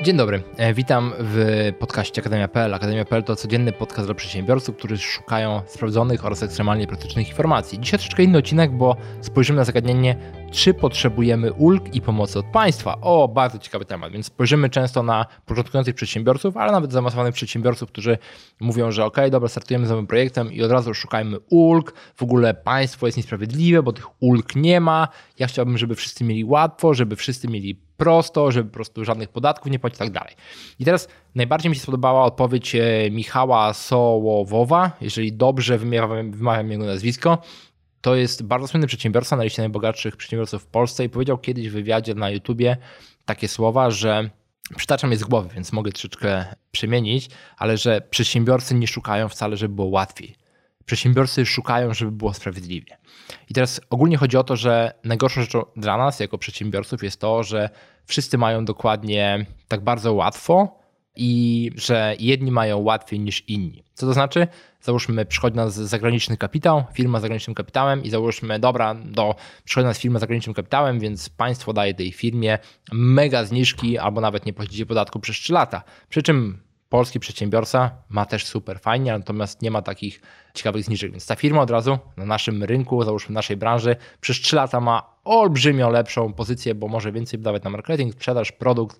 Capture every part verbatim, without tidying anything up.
Dzień dobry, witam w podcaście Akademia kropka p l. Akademia kropka p l to codzienny podcast dla przedsiębiorców, którzy szukają sprawdzonych oraz ekstremalnie praktycznych informacji. Dzisiaj troszeczkę inny odcinek, bo spojrzymy na zagadnienie, czy potrzebujemy ulg i pomocy od państwa. O, bardzo ciekawy temat, więc spojrzymy często na początkujących przedsiębiorców, ale nawet zaawansowanych przedsiębiorców, którzy mówią, że ok, dobra, startujemy z nowym projektem i od razu szukajmy ulg. W ogóle państwo jest niesprawiedliwe, bo tych ulg nie ma. Ja chciałbym, żeby wszyscy mieli łatwo, żeby wszyscy mieli prosto, żeby po prostu żadnych podatków nie płacić i tak dalej. I teraz najbardziej mi się spodobała odpowiedź Michała Sołowowa, jeżeli dobrze wymawiam, wymawiam jego nazwisko. To jest bardzo słynny przedsiębiorca na liście najbogatszych przedsiębiorców w Polsce i powiedział kiedyś w wywiadzie na YouTubie takie słowa, że przytaczam je z głowy, więc mogę troszeczkę przemienić, ale że przedsiębiorcy nie szukają wcale, żeby było łatwiej. Przedsiębiorcy szukają, żeby było sprawiedliwie. I teraz ogólnie chodzi o to, że najgorszą rzeczą dla nas jako przedsiębiorców jest to, że wszyscy mają dokładnie tak bardzo łatwo i że jedni mają łatwiej niż inni. Co to znaczy? Załóżmy, przychodzi nas zagraniczny kapitał, firma z zagranicznym kapitałem i załóżmy, dobra, do, przychodzi nas firma z zagranicznym kapitałem, więc państwo daje tej firmie mega zniżki albo nawet nie płacicie podatku przez trzy lata. Przy czym polski przedsiębiorca ma też super fajnie, natomiast nie ma takich ciekawych zniżek, więc ta firma od razu na naszym rynku, załóżmy w naszej branży, przez trzy lata ma olbrzymio lepszą pozycję, bo może więcej wydawać na marketing, sprzedaż, produkt,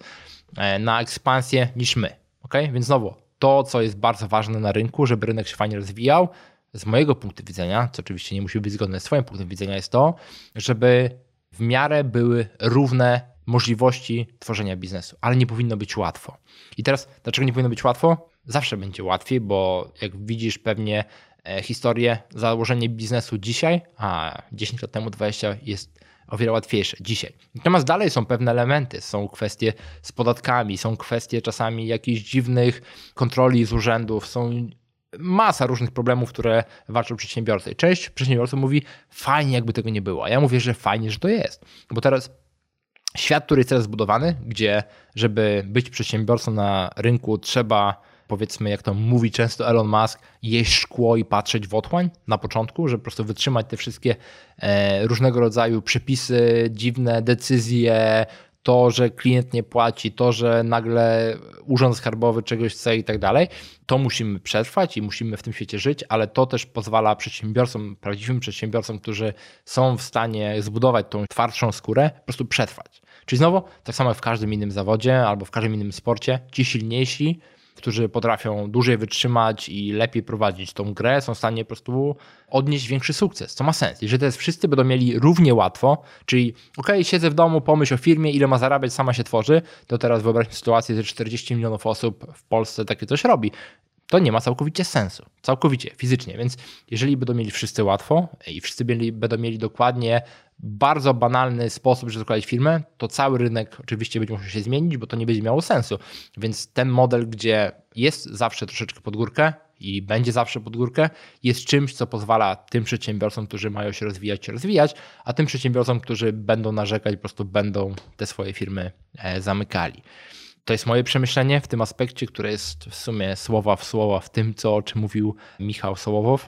na ekspansję niż my. Okay? Więc znowu, to co jest bardzo ważne na rynku, żeby rynek się fajnie rozwijał, z mojego punktu widzenia, co oczywiście nie musi być zgodne z twoim punktem widzenia, jest to, żeby w miarę były równe możliwości tworzenia biznesu, ale nie powinno być łatwo. I teraz, dlaczego nie powinno być łatwo? Zawsze będzie łatwiej, bo jak widzisz pewnie e, historię, założenie biznesu dzisiaj, a dziesięć lat temu, dwadzieścia jest o wiele łatwiejsze dzisiaj. Natomiast dalej są pewne elementy, są kwestie z podatkami, są kwestie czasami jakichś dziwnych kontroli z urzędów, są masa różnych problemów, które walczą przedsiębiorcy. I część przedsiębiorców mówi, fajnie jakby tego nie było, a ja mówię, że fajnie, że to jest, bo teraz świat, który jest teraz zbudowany, gdzie żeby być przedsiębiorcą na rynku trzeba, powiedzmy, jak to mówi często Elon Musk, jeść szkło i patrzeć w otchłań na początku, żeby po prostu wytrzymać te wszystkie e, różnego rodzaju przepisy, dziwne decyzje, to, że klient nie płaci, to, że nagle urząd skarbowy czegoś chce i tak dalej, to musimy przetrwać i musimy w tym świecie żyć, ale to też pozwala przedsiębiorcom, prawdziwym przedsiębiorcom, którzy są w stanie zbudować tą twardszą skórę, po prostu przetrwać. Czyli znowu, tak samo jak w każdym innym zawodzie albo w każdym innym sporcie, ci silniejsi, którzy potrafią dłużej wytrzymać i lepiej prowadzić tą grę, są w stanie po prostu odnieść większy sukces, co ma sens. Jeżeli teraz wszyscy będą mieli równie łatwo, czyli ok, siedzę w domu, pomyśl o firmie, ile ma zarabiać, sama się tworzy, to teraz wyobraźmy sytuację, że czterdzieści milionów osób w Polsce takie coś robi. To nie ma całkowicie sensu. Całkowicie, fizycznie. Więc jeżeli będą mieli wszyscy łatwo i wszyscy mieli, będą mieli dokładnie bardzo banalny sposób, żeby zakładać firmę, to cały rynek oczywiście będzie musiał się zmienić, bo to nie będzie miało sensu. Więc ten model, gdzie jest zawsze troszeczkę pod górkę i będzie zawsze pod górkę, jest czymś, co pozwala tym przedsiębiorcom, którzy mają się rozwijać, się rozwijać, a tym przedsiębiorcom, którzy będą narzekać, po prostu będą te swoje firmy zamykali. To jest moje przemyślenie w tym aspekcie, które jest w sumie słowa w słowa w tym, co, o czym mówił Michał Sołowow,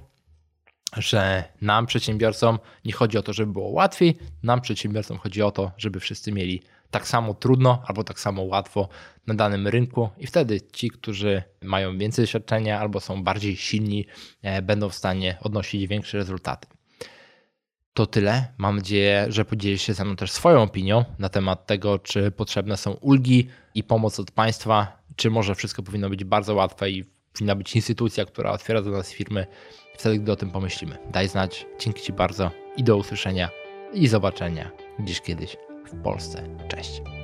że nam przedsiębiorcom nie chodzi o to, żeby było łatwiej, nam przedsiębiorcom chodzi o to, żeby wszyscy mieli tak samo trudno albo tak samo łatwo na danym rynku i wtedy ci, którzy mają więcej doświadczenia albo są bardziej silni, będą w stanie odnosić większe rezultaty. To tyle. Mam nadzieję, że podzielisz się ze mną też swoją opinią na temat tego, czy potrzebne są ulgi i pomoc od państwa, czy może wszystko powinno być bardzo łatwe i powinna być instytucja, która otwiera do nas firmy wtedy, gdy o tym pomyślimy. Daj znać. Dzięki Ci bardzo i do usłyszenia i zobaczenia gdzieś kiedyś w Polsce. Cześć.